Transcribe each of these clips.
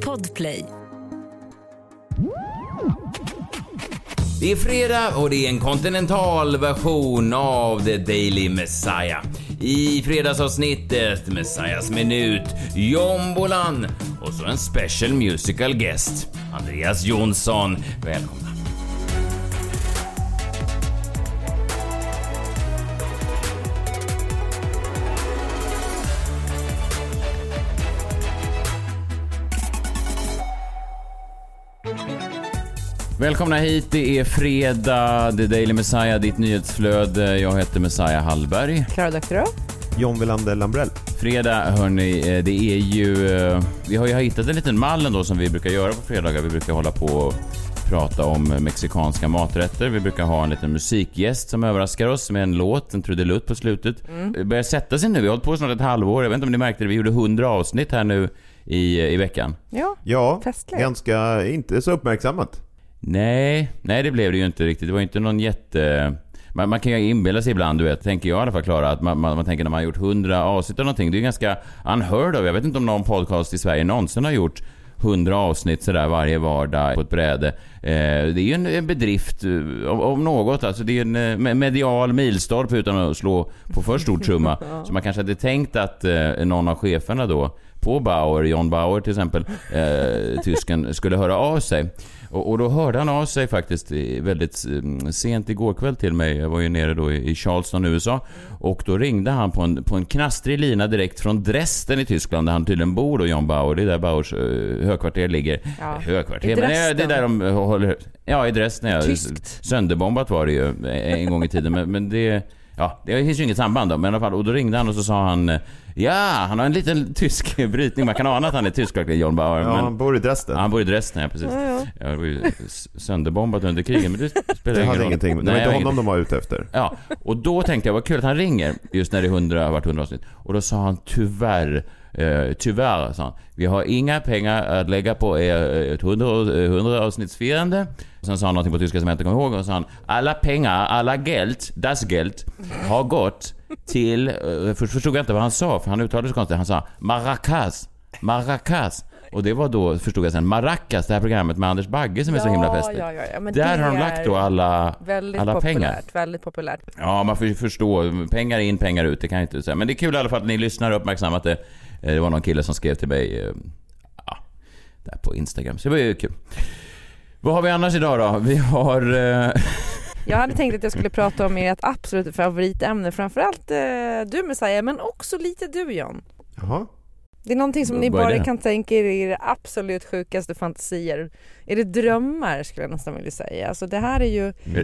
Podplay. Det är fredag och det är en kontinental version av The Daily Messiah. I fredagsavsnittet Messiahs minut, Jombolan och så en special musical guest, Andreas Jonsson. Välkomna. Välkomna hit, det är fredag, The Daily Messiah, ditt nyhetsflöde. Jag heter Messiah Hallberg. Klara Doktorov. John Wilander Lambrell. Fredag, hörni, det är ju... Vi har ju hittat en liten mall ändå som vi brukar göra på fredagar. Vi brukar hålla på och prata om mexikanska maträtter. Vi brukar ha en liten musikgäst som överraskar oss med en låt, en trudelutt på slutet. Det börjar sätta sig nu, vi har hållit på snart ett halvår. Jag vet inte om ni märkte det, vi gjorde 100 avsnitt här nu i veckan. Ja, festligt. Ganska inte så uppmärksammat. Nej, det blev det ju inte riktigt. Det var inte någon jätte... Man kan ju inbilla sig ibland, du vet, tänker jag i alla fall, Klara, att man tänker när man har gjort 100 avsnitt eller någonting, det är ganska unheard of. Jag vet inte om någon podcast i Sverige någonsin har gjort 100 avsnitt sådär varje vardag på ett bräde. Det är ju en bedrift om något, alltså det är en medial milstolpe utan att slå på för stor trumma. Så man kanske hade tänkt att någon av cheferna då på Bauer, John Bauer till exempel, tysken, skulle höra av sig. Och då hörde han av sig faktiskt väldigt sent igår kväll till mig. Jag var ju nere då i Charleston, USA. Och då ringde han på en knastrig lina direkt från Dresden i Tyskland, där han tydligen bor då, John Bauer. Det är där Bauers högkvarter ligger. Ja. Högkvarter, men det är där de håller... Ja, i Dresden. Ja. Sönderbombat var det ju en gång i tiden. Men det... Ja, det finns ju inget samband då, men i alla fall. Och då ringde han och så sa han... Ja, han har en liten tysk brytning. Man kan ana att han är tysk, John Bauer. Ja, men han bor i Dresden. Ja, han bor i Dresden, ja, precis. Ja, det var ju sönderbombat under kriget, men det spelar ingen roll. Ingenting. Det var inte honom de var ute efter. Ja, och då tänkte jag, vad kul att han ringer just när det har varit 100 avsnitt. Och då sa han tyvärr, sa han, vi har inga pengar att lägga på ett 100 avsnittsfirande. Sen sa han någonting på tyska som jag inte kommer ihåg. Och sa han, alla pengar, alla geld, das geld har gått till, förstod jag inte vad han sa, för han uttalade så konstigt. Han sa Maracas. Och det var då, förstod jag sen, Maracas, det här programmet med Anders Bagge som är så himla festligt. Ja, men där har de lagt då alla pengar. Väldigt populärt. Ja, man får ju förstå, pengar in, pengar ut, det kan jag inte säga. Men det är kul i alla fall att ni lyssnar och uppmärksamma att det var någon kille som skrev till mig där på Instagram. Så det var ju kul. Vad har vi annars idag då? Vi har... Jag hade tänkt att jag skulle prata om ert absolut favoritämne. Framförallt du, Messiah, men också lite du, John. Jaha. Det är någonting som ni bara kan tänka er i absolut sjukaste fantasier. Är det drömmar, skulle jag nästan vilja säga. Alltså det här är ju...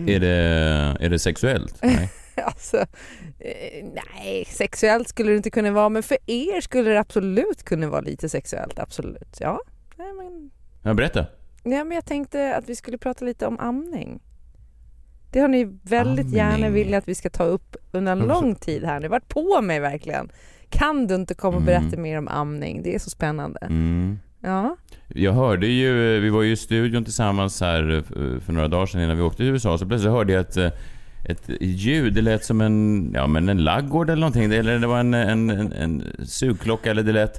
Är det sexuellt? Nej. Alltså, nej, sexuellt skulle det inte kunna vara. Men för er skulle det absolut kunna vara lite sexuellt, absolut. Ja, nej, men... Ja, berätta. Ja, men jag tänkte att vi skulle prata lite om amning. Det har ni väldigt gärna vilja att vi ska ta upp under en lång tid här. Ni har varit på mig verkligen. Kan du inte komma och berätta mer om amning? Det är så spännande. Ja. Jag hörde ju, vi var ju i studion tillsammans här för några dagar sedan innan vi åkte till USA. Så plötsligt hörde jag ett ljud. Det lät som en laggård eller någonting. Eller det var en sugklocka, eller det lät...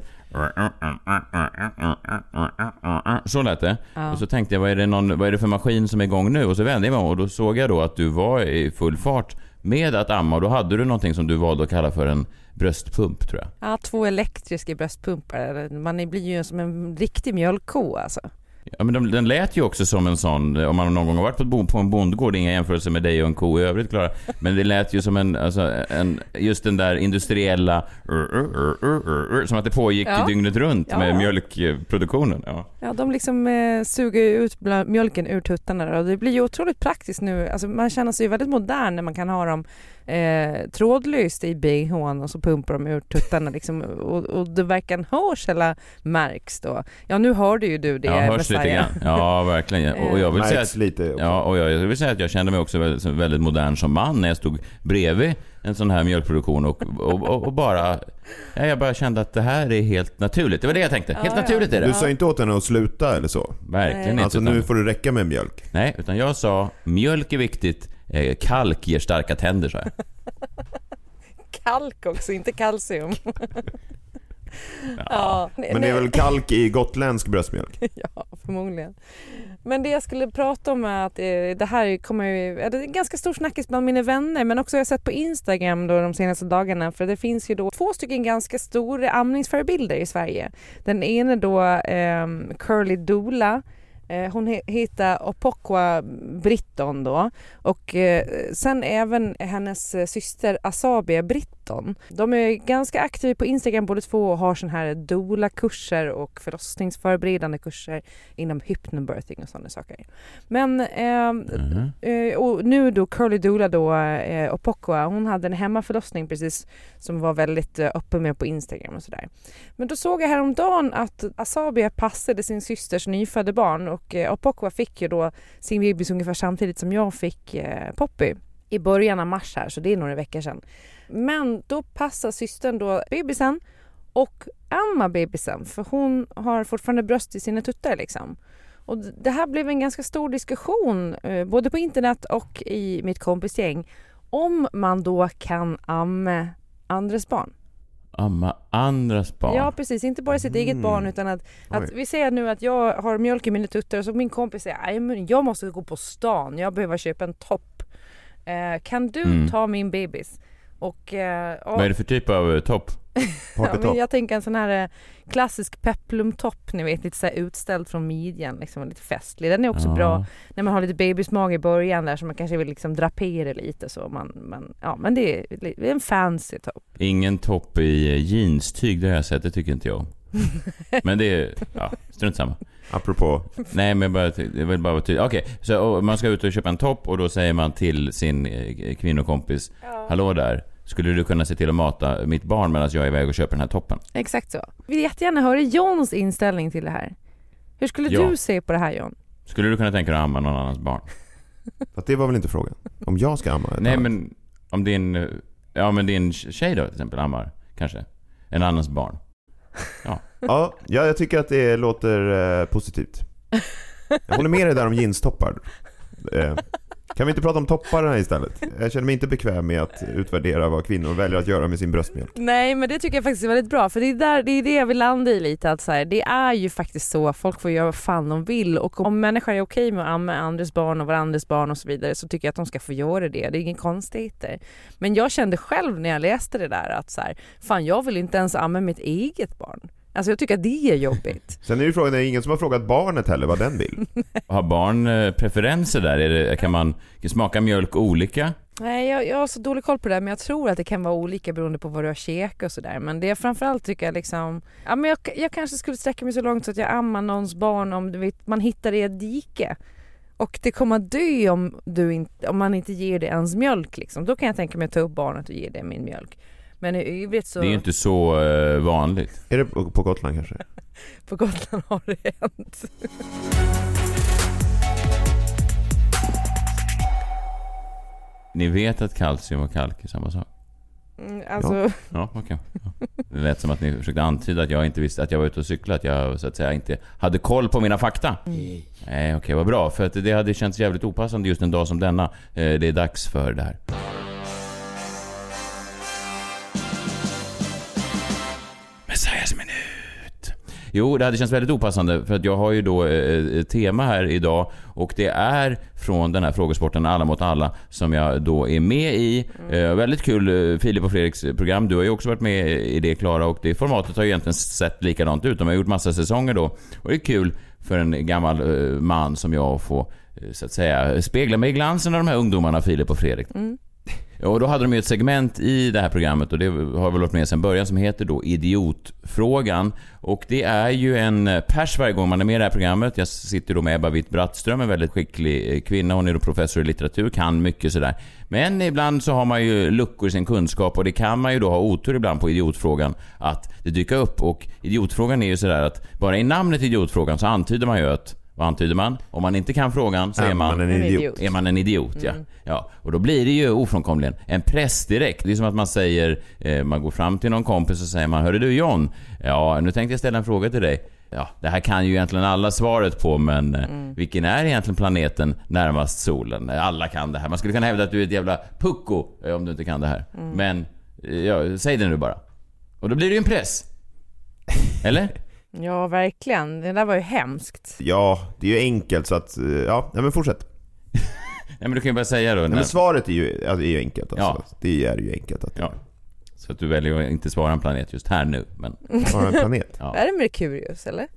Så lät det. Ja. Och så tänkte jag, vad är det för maskin som är igång nu? Och så vände jag mig och då såg jag då att du var i full fart med att amma. Och då hade du någonting som du valde att kalla för en bröstpump, tror jag. Ja, 2 elektriska bröstpumpar. Man blir ju som en riktig mjölkko, alltså. Ja, men den lät ju också som en sån, om man någon gång har varit på en bondgård, inga jämförelser med dig och en ko i övrigt, Klara, men det lät ju som just den där industriella som att det pågick dygnet runt med mjölkproduktionen. Ja, de liksom suger ut mjölken ur tuttarna, och det blir ju otroligt praktiskt nu. Alltså, man känner sig ju väldigt modern när man kan ha dem trådlöst i BH:n och så pumpar de ur tuttarna liksom, och det varken hörs eller märks då. Ja, nu hörde ju du det. Ja, hörs lite grann. Ja, verkligen. Och jag vill säga att, lite också. Ja, och jag vill säga att jag kände mig också väldigt modern som man när jag stod bredvid en sån här mjölkproduktion och bara jag bara kände att det här är helt naturligt. Det var det jag tänkte. Helt naturligt är det. Du sa inte åt henne att sluta eller så? Verkligen inte. Alltså nu får du räcka med mjölk. Nej, utan jag sa mjölk är viktigt. Kalk ger starka tänder, så här. Kalk också, inte kalcium. Ja. Men det är väl kalk i gotländsk bröstmjölk? Ja, förmodligen. Men det jag skulle prata om är att det här kommer ju, det är en ganska stor snackis bland mina vänner, men också jag har sett på Instagram då de senaste dagarna, för det finns ju då 2 stycken ganska stora amningsförebilder i Sverige. Den ena då Curly Doula. Hon heter Opokwa Britton då, och sen även hennes syster Asabia Britton. De är ganska aktiva på Instagram båda två och har sån här doula-kurser och förlossningsförberedande kurser inom hypnobirthing och sådana saker. Men och nu då Curly Doula då, Opokwa, hon hade en hemmaförlossning precis som var väldigt öppen med på Instagram och sådär. Men då såg jag häromdagen att Asabia passade sin systers nyfödda barn, och Opokwa fick ju då sin bebis ungefär samtidigt som jag fick Poppy i början av mars här, så det är några veckor sedan. Men då passar systern då bebisen och ammar bebisen, för hon har fortfarande bröst i sina tuttar liksom. Och det här blev en ganska stor diskussion både på internet och i mitt kompisgäng om man då kan amma andras barn. Amma andras barn? Ja, precis. Inte bara sitt eget barn, utan att vi säger nu att jag har mjölk i mina tuttar och så min kompis säger jag måste gå på stan, jag behöver köpa en topp. Kan du ta min bebis? Och vad är det för typ av topp? Ja, men jag tänker en sån här klassisk peplumtopp, ni vet, lite så här utställd från midjan, liksom lite festlig. Den är också bra när man har lite bebismage i början där, så man kanske vill liksom drapera lite så men det är en fancy topp. Ingen topp i jeanstyg, det har jag sett, det tycker inte jag. Men det är strunt samma. Apropå. Nej, men jag vill bara vara tydlig. Okej, så man ska ut och köpa en topp och då säger man till sin kvinnokompis, hallå där, skulle du kunna se till att mata mitt barn medan jag är iväg och köper den här toppen? Exakt så. Vi vill jättegärna höra Johns inställning till det här. Hur skulle du se på det här, John? Skulle du kunna tänka dig att amma någon annans barn? Att det var väl inte frågan. Om jag ska amma? Nej, men om din tjej då till exempel ammar kanske en annans barn. Ja, jag tycker att det låter positivt. Jag håller med dig där om jeanstoppar. Kan vi inte prata om topparna istället? Jag känner mig inte bekväm med att utvärdera vad kvinnor väljer att göra med sin bröstmjölk. Nej, men det tycker jag faktiskt är väldigt bra. För det är det jag vill landa i lite. Att så här, det är ju faktiskt så att folk får göra vad fan de vill. Och om människor är okej med att amma andras barn och varandras barn och så vidare, så tycker jag att de ska få göra det. Det är ingen konstigheter. Men jag kände själv när jag läste det där att så här, fan, jag vill inte ens amma mitt eget barn. Alltså jag tycker att det är jobbigt. Sen är ju frågan, det är ingen som har frågat barnet heller vad den vill. Har barn preferenser där? Kan man smaka mjölk olika? Nej, jag har så dålig koll på det, men jag tror att det kan vara olika beroende på vad du har käkat och sådär. Men det är framförallt tycker jag liksom, men jag kanske skulle sträcka mig så långt så att jag ammar någons barn om du vet, man hittar det i ett dike. Och det kommer att dö om man inte ger det ens mjölk liksom. Då kan jag tänka mig att ta upp barnet och ge det min mjölk. Men i övrigt så... Det är ju inte så vanligt. Är det på Gotland kanske? På Gotland har det hänt. Ni vet att kalcium och kalk är samma sak? Alltså... Ja, okej. Ja. Det lät som att ni försökte antyda att jag inte visste att jag var ute och cyklade, att jag så att säga inte hade koll på mina fakta. Nej, okej, vad bra. För att det hade känts jävligt opassande just en dag som denna. Det är dags för det här. Messias minut. Jo, det hade känts väldigt opassande för att jag har ju då ett tema här idag, och det är från den här frågesporten Alla mot alla som jag då är med i. Väldigt kul, Filip och Fredriks program. Du har ju också varit med i det, Klara, och det formatet har ju egentligen sett likadant ut. De har gjort massa säsonger då, och det är kul för en gammal man som jag att få så att säga spegla mig i glansen av de här ungdomarna, Filip och Fredrik. Och då hade de ju ett segment i det här programmet, och det har väl varit med sedan början, som heter då Idiotfrågan. Och det är ju en pers varje gång man är med i det här programmet. Jag sitter då med Ebba Witt-Brattström, en väldigt skicklig kvinna. Hon är då professor i litteratur, kan mycket sådär. Men ibland så har man ju luckor i sin kunskap, och det kan man ju då ha otur ibland på Idiotfrågan att det dyker upp. Och Idiotfrågan är ju sådär att bara i namnet Idiotfrågan så antyder man ju att, vad antyder man? Om man inte kan frågan så är man en idiot. Är man en idiot, ja. Och då blir det ju ofrånkomligen en press direkt. Det är som att man säger, man går fram till någon kompis och säger man, hörru du John, ja, nu tänkte jag ställa en fråga till dig. Ja, det här kan ju egentligen alla svaret på, men vilken är egentligen planeten närmast solen? Alla kan det här. Man skulle kunna hävda att du är ett jävla pucko om du inte kan det här. Men ja, säg det nu bara. Och då blir det ju en press. Eller? Ja, verkligen. Det där var ju hemskt. Ja, det är ju enkelt så att, ja men fortsätt. Nej, men du kan ju bara säga då. Men svaret är ju enkelt alltså. Ja. Det är ju enkelt att Ja. Så att du väljer att inte svara en planet just här nu. Men... Svara en planet? Ja. Är det Merkurius, eller?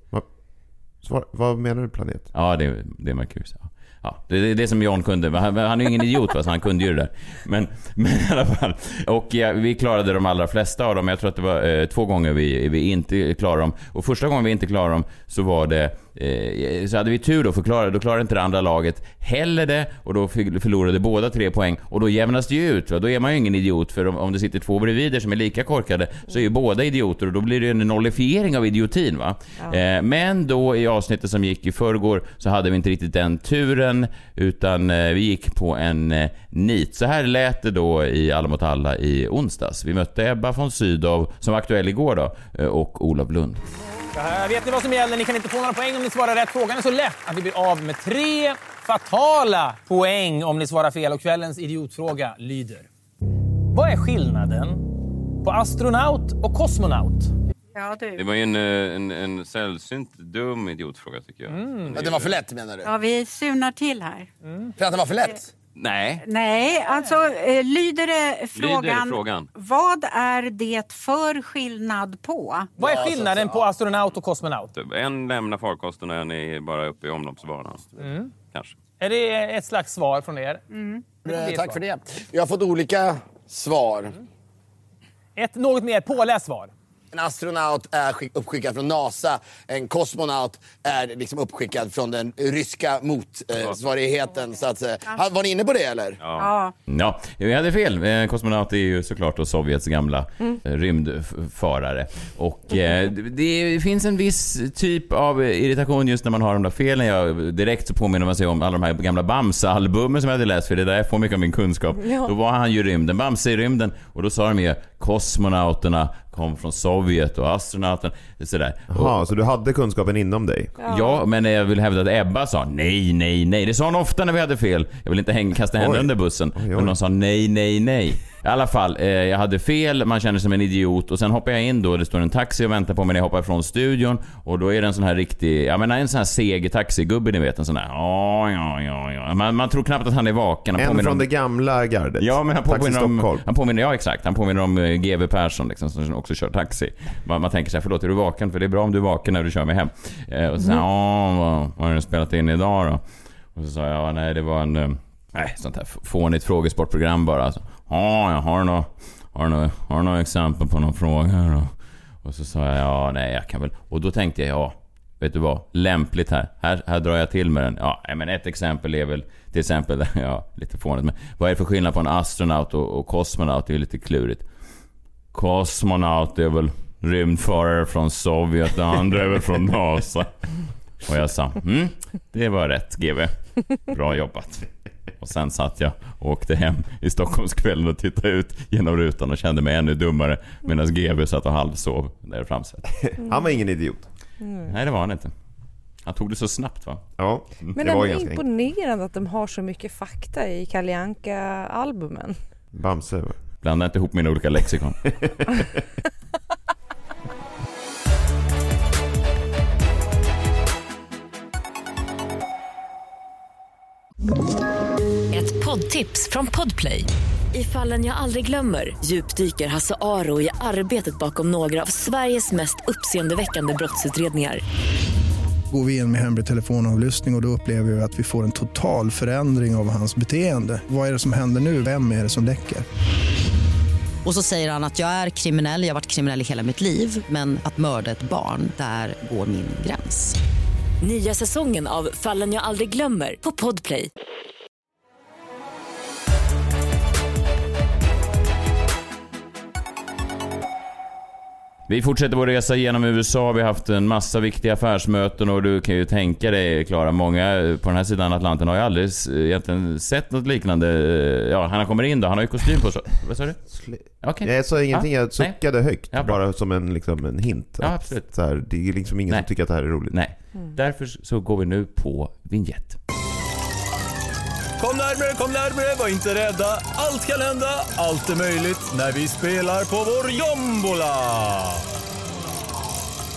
Vad menar du planet? Ja, det är Merkurius. Ja, det är det som John kunde. Han är ju ingen idiot, så han kunde ju det där. Men i alla fall. Och vi klarade de allra flesta av dem. Jag tror att det var 2 gånger vi inte klarade dem. Och första gången vi inte klarade dem så var det... så hade vi tur då, för då klarade inte det andra laget heller det. Och då förlorade båda 3 poäng. Och då jämnas det ju ut. Va? Då är man ju ingen idiot. För om det sitter 2 bredvid som är lika korkade så är ju båda idioter. Och då blir det en nollifiering av idiotin. Va? Ja. Men då i avsnittet som gick i förrgår så hade vi inte riktigt den turen. Utan vi gick på en nit. Så här lät det då i Alla mot alla i onsdags. Vi mötte Ebba von Sydow som var aktuell igår då. Och Olof Lund. Vet ni vad som gäller? Ni kan inte få några poäng om ni svarar rätt. Frågan är så lätt att vi blir av med 3 fatala poäng om ni svarar fel. Och kvällens idiotfråga lyder: vad är skillnaden på astronaut och kosmonaut? Ja, du. Det var ju en sällsynt dum idiotfråga tycker jag. Ja, det var för lätt menar du? Ja, vi surnar till här. För att det var för lätt? Nej, alltså lyder det frågan. Vad är det för skillnad på? Vad är skillnaden på astronaut och kosmonaut? En lämnar farkosten och en är bara uppe i omloppsbanan. Kanske. Är det ett slags svar från er? Tack för det. Vi har fått olika svar. Ett något mer påläst svar. En astronaut är uppskickad från NASA. En kosmonaut är liksom uppskickad från den ryska motsvarigheten. Så att, var ni inne på det eller? Ja, vi hade fel. Kosmonaut är ju såklart då Sovjets gamla rymdfarare. Och det finns en viss typ av irritation just när man har de där felen. Direkt så påminner man sig om alla de här gamla Bamse-albumen som jag hade läst. För det där får mycket av min kunskap. Ja. Då var han ju rymden, Bamse i rymden. Och då sa de ju kosmonauterna kom från Sovjet och astronauten sådär. Jaha, så du hade kunskapen inom dig? Ja, men jag vill hävda att Ebba sa nej. Det sa hon ofta när vi hade fel. Jag vill inte kasta henne under bussen. Oj. Men hon sa nej. I alla fall, jag hade fel, man känner sig som en idiot. Och sen hoppar jag in då, det står en taxi och väntar på mig när jag hoppar från studion. Och då är det en sån här riktig, en sån här seg taxigubbe, ni vet. En sån här, ja. Man tror knappt att han är vaken. En från det gamla gardet. Ja, men han påminner om GW Persson liksom, som också kör taxi. Man tänker sig, förlåt, är du vaken? För det är bra om du är vaken när du kör mig hem. Och så vad har du spelat in idag då? Och så sa jag, nej, det var en sånt här fånigt frågesportprogram bara. Alltså, jag har du några exempel på någon fråga då? Och så sa jag, jag kan väl. Och då tänkte jag, vet du vad, lämpligt här drar jag till med den. Men ett exempel är väl till exempel, lite fånigt, men vad är det för skillnad på en astronaut och kosmonaut? Det är lite klurigt. Kosmonaut är väl rymdfarare från Sovjet, det andra är väl från NASA. Och jag sa, det var rätt GV. Bra jobbat. Och sen satt jag och åkte hem i Stockholmskvällen och tittade ut genom rutan och kände mig ännu dummare medan GV satt och halvsov där framsett. Han var ingen idiot. Nej, det var han inte. Han tog det så snabbt, va? Ja, men det är imponerande att de har så mycket fakta i Kalle Anka-albumen. Bamse. Blanda inte ihop mina olika lexikon. Ett poddtips från Podplay. I Fallen jag aldrig glömmer djupdyker Hasse Aro i arbetet bakom några av Sveriges mest uppseendeväckande brottsutredningar. Går vi in med hemlig telefonavlyssning och då upplever vi att vi får en total förändring av hans beteende. Vad är det som händer nu? Vem är det som läcker? Och så säger han att jag är kriminell, jag har varit kriminell i hela mitt liv. Men att mörda ett barn, där går min gräns. Nya säsongen av Fallen jag aldrig glömmer på Podplay. Vi fortsätter vår resa genom USA. Vi har haft en massa viktiga affärsmöten och du kan ju tänka dig, Klara, många på den här sidan Atlanten har ju aldrig egentligen sett något liknande. Ja, han kommer in då, han har ju kostym på så. Vad sa du? Okay. Jag sa ingenting, jag suckade högt, bara som en hint. Ja, absolut. Så här, det är liksom ingen som tycker att det här är roligt. Nej, därför så går vi nu på vignett. Kom närmare, var inte rädda. Allt kan hända, allt är möjligt när vi spelar på vår jombola.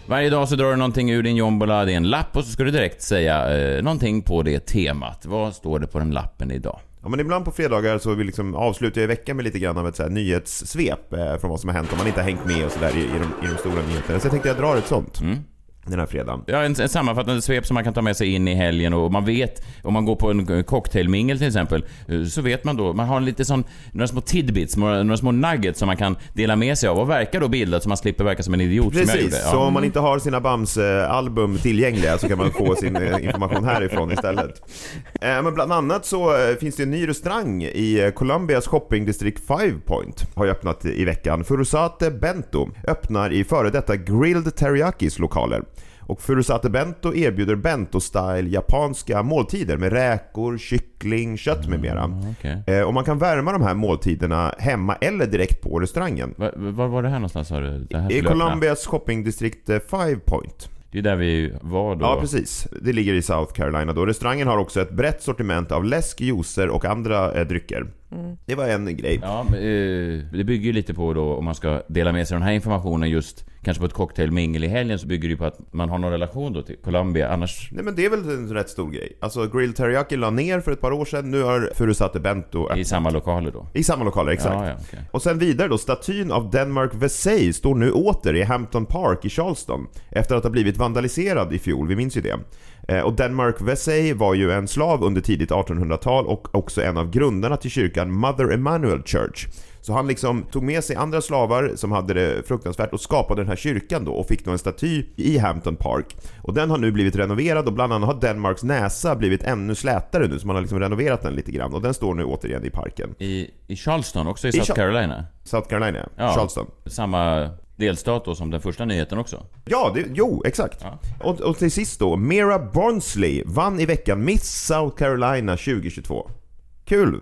Varje dag så drar du någonting ur din jombola, det är en lapp och så ska du direkt säga någonting på det temat. Vad står det på den lappen idag? Ja, men ibland på fredagar så vi liksom avslutar jag veckan med lite grann av ett så här nyhetssvep från vad som har hänt om man inte har hängt med och så där i de stora nyheterna. Så jag tänkte jag drar ett sånt. Den här fredagen. Ja, en sammanfattande svep som man kan ta med sig in i helgen, och man vet, om man går på en cocktailmingel till exempel, så vet man då, man har lite sån, några små tidbits, några små nuggets som man kan dela med sig av och verka då bildat så man slipper verka som en idiot. Precis, som jag gjorde. Ja. Så om man inte har sina Bams-album tillgängliga så kan man få sin information härifrån istället. Men bland annat så finns det en ny restaurang i Colombias shoppingdistrikt 5 Point. Har öppnat i veckan. Furusate Bento öppnar i före detta Grilled Teriyakis lokaler. Och Furusate Bento erbjuder bento-style japanska måltider med räkor, kyckling, kött med mera. Okay. Och man kan värma de här måltiderna hemma eller direkt på restaurangen. Var var det här någonstans? I Colombias shoppingdistrikt 5 Point. Det är där vi var då. Ja, precis. Det ligger i South Carolina då. Restaurangen har också ett brett sortiment av läsk, juicer och andra drycker. Det var en grej. Ja, det bygger ju lite på då, om man ska dela med sig den här informationen just kanske på ett cocktailmingel i helgen, så bygger det ju på att man har någon relation då till Colombia, annars... Nej, men det är väl en rätt stor grej. Alltså Grilled Teriyaki la ner för ett par år sedan. Nu har Furusate Bento öppnat. I samma lokaler då? I samma lokaler, exakt. Ja, okay. Och sen vidare då, statyn av Denmark Vesey står nu åter i Hampton Park i Charleston efter att ha blivit vandaliserad i fjol, vi minns ju det. Och Denmark Vesey var ju en slav under tidigt 1800-tal och också en av grundarna till kyrkan Mother Emanuel Church. Så han liksom tog med sig andra slavar som hade det fruktansvärt och skapade den här kyrkan då, och fick då en staty i Hampton Park. Och den har nu blivit renoverad, och bland annat har Denmarks näsa blivit ännu slätare nu, så man har liksom renoverat den lite grann, och den står nu återigen i parken. I Charleston, också i South Carolina? South Carolina, ja. Charleston. Samma delstat då som den första nyheten också. Ja, exakt. Ja. Och till sist då, Mira Barnsley vann i veckan Miss South Carolina 2022. Kul!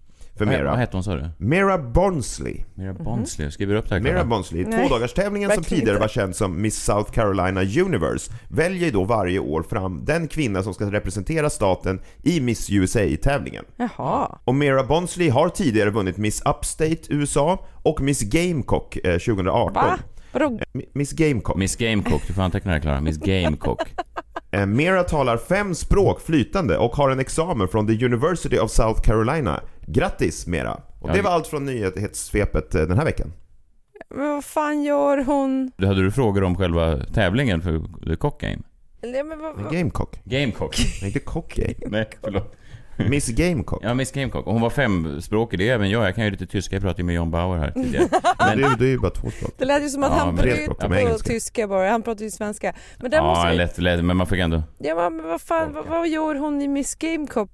Vad hette hon, sa du? Mira Barnsley. Mira Barnsley, jag skriver upp det här. Mira Barnsley, 2-dagarstävlingen som tidigare var känd som Miss South Carolina Universe, väljer då varje år fram den kvinna som ska representera staten i Miss USA-tävlingen. Jaha. Och Mira Barnsley har tidigare vunnit Miss Upstate USA och Miss Gamecock 2018. Va? Vadå? Miss Gamecock. Miss Gamecock, du får anteckna det, Klara. Miss Gamecock. Mira talar 5 språk flytande och har en examen från the University of South Carolina. Grattis, Mira. Och det var allt från nyhetssvepet den här veckan. Men vad fan gör hon? Hade du frågor om själva tävlingen för The Cock Game? Nej, men vad... Gamecock. Gamecock. Inte Cock Game. Nej, förlåt. Miss Gamecock. Ja, Miss Gamecock. Och hon var 5-språkig, det är även jag. Jag kan ju lite tyska, jag pratade med John Bauer här tidigare. Men det är ju bara 2 språk. Det lät ju som att han pratade på tyska bara. Han pratade ju svenska. Men där måste lätt, men man fick ändå... Ja, men vad fan, vad gör hon i Miss Gamecock?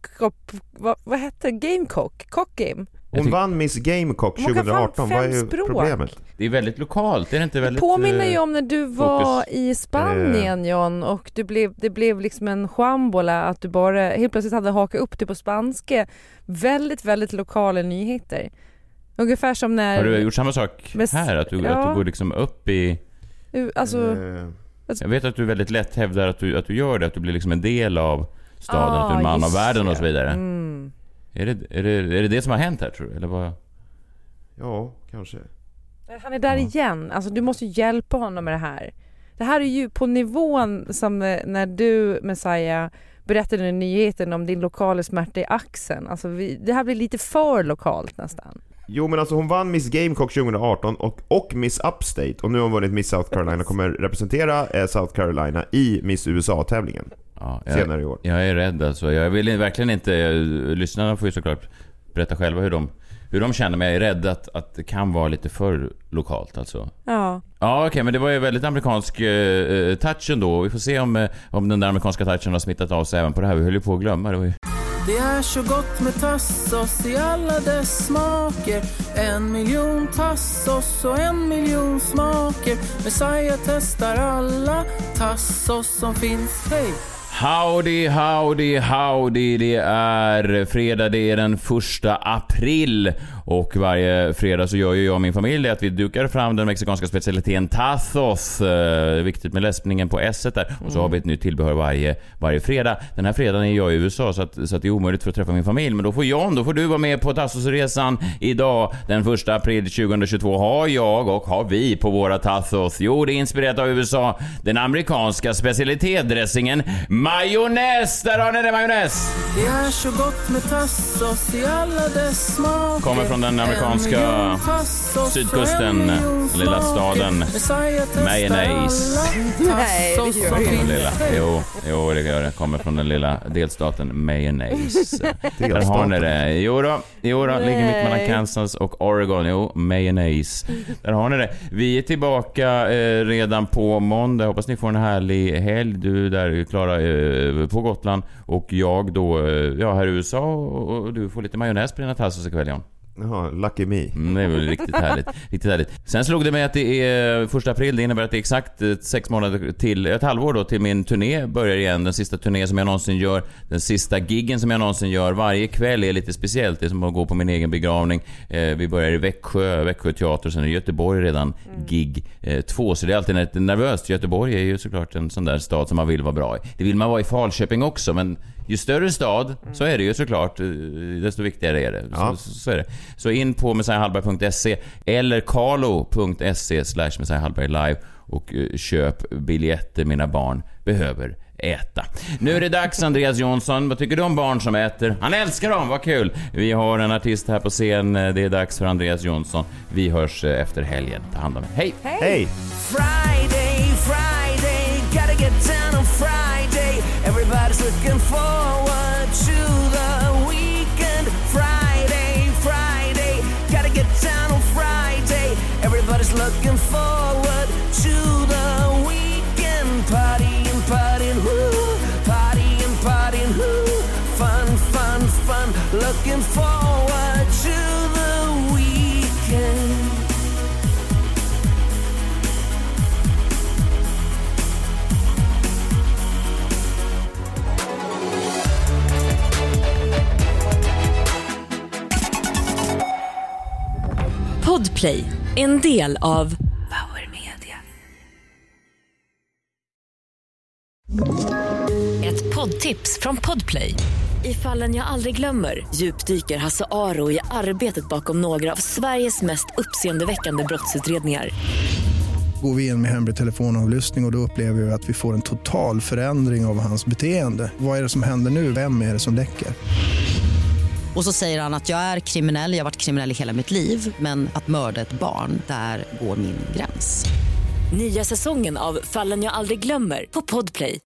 Vad hette Gamecock? Cock Game? Hon vann Miss Gamecock 2018. Vad är ju problemet? Det är väldigt lokalt, det är inte väldigt... Det påminner ju om när du var i Spanien, John, och det blev liksom en chambola att du bara helt plötsligt hade hakat upp det på spanska. Väldigt, väldigt lokala nyheter. Ungefär som när... Har du gjort samma sak här? Att du går liksom upp i... Alltså... Jag vet att du väldigt lätt hävdar att du gör det, att du blir liksom en del av staden, att du är en man av världen och så vidare. Mm. Är det som har hänt här, tror du? Eller vad? Ja, kanske. Han är där igen. Alltså, du måste hjälpa honom med det här. Det här är ju på nivån som när du, Messiah, berättade nyheten om din lokala smärta i axeln. Alltså, det här blir lite för lokalt nästan. Jo, men alltså hon vann Miss Gamecock 2018 och Miss Upstate. Och nu har hon vunnit Miss South Carolina, kommer representera South Carolina i Miss USA-tävlingen. Ja, senare i år. Jag är rädd alltså. Jag vill verkligen inte... Lyssnarna får ju såklart berätta själva hur de känner, men jag är rädd att det kan vara lite för lokalt alltså. Ja. Ja, okej, men det var ju väldigt amerikansk touch ändå. Vi får se om den där amerikanska touchen har smittat av sig även på det här. Vi höll ju på att glömma. Det är så gott med tassos i alla dess smaker. 1 miljon tassos och 1 miljon smaker. Messiah testar alla tassos som finns. Hej! Howdy, howdy, howdy. Det är fredag, det är den 1 april. Och varje fredag så gör ju jag och min familj att vi dukar fram den mexikanska specialiteten tacos. Viktigt med läspningen på S där. Och så har vi ett nytt tillbehör varje fredag. Den här fredagen är jag i USA så att det är omöjligt för att träffa min familj. Men då får du vara med på tacosresan idag. Den 1 april 2022 har vi på våra tacos. Jo, det är inspirerat av USA. Den amerikanska specialitetsdressingen majonnäs. Där har ni det, majonnäs. Det är så gott med tacos i alla dess smaker. Kommer från den amerikanska sydkusten, den lilla staden Mayonnaise. Nej, det gör det inte. Jo, det gör det. Kommer från den lilla delstaten Mayonnaise. Där har ni det. Jo då, ligger mitt mellan Kansas och Oregon. Jo, Mayonnaise. Där har ni det. Vi är tillbaka redan på måndag. Hoppas ni får en härlig helg. Du där, Klara, på Gotland. Och jag då, här i USA. Och du får lite majonnäs på dina tacos ikväll, Jan. Jaha, lucky me. Det är väl riktigt härligt. Sen slog det mig att det är 1 april. Det innebär att det är exakt 6 månader till, ett halvår då, till min turné börjar igen. Den sista turné som jag någonsin gör. Den sista giggen som jag någonsin gör. Varje kväll är lite speciellt. Det är som att gå på min egen begravning. Vi börjar i Växjö teater. Sen är Göteborg redan gig 2. Så det är alltid lite nervöst. Göteborg är ju såklart en sån där stad som man vill vara bra i. Det vill man vara i Falköping också, men ju större stad så är det ju såklart, desto viktigare är det. Ja. Så är det. Så in på messiahallberg.se eller carlo.se/messiahallberg live och köp biljetter. Mina barn behöver äta. Nu är det dags, Andreas Jonsson. Vad tycker du om barn som äter? Han älskar dem, vad kul. Vi har en artist här på scen. Det är dags för Andreas Jonsson. Vi hörs efter helgen. Ta hand om er. Hej! Friday, gotta get down on Friday. Everybody's looking forward to the weekend. Friday, gotta get down on Friday. Everybody's looking forward to the weekend. Partying, woo. Partying, woo. Fun. Looking forward to the weekend. Podplay, en del av Power Media. Ett poddtips från Podplay. I Fallen jag aldrig glömmer djupdyker Hasse Aro i arbetet bakom några av Sveriges mest uppseendeväckande brottsutredningar. Går vi in med hemlig telefonavlyssning och då upplever vi att vi får en total förändring av hans beteende. Vad är det som händer nu? Vem är det som läcker? Och så säger han att jag är kriminell, jag har varit kriminell i hela mitt liv. Men att mörda ett barn, där går min gräns. Nya säsongen av Fallen jag aldrig glömmer på Podplay.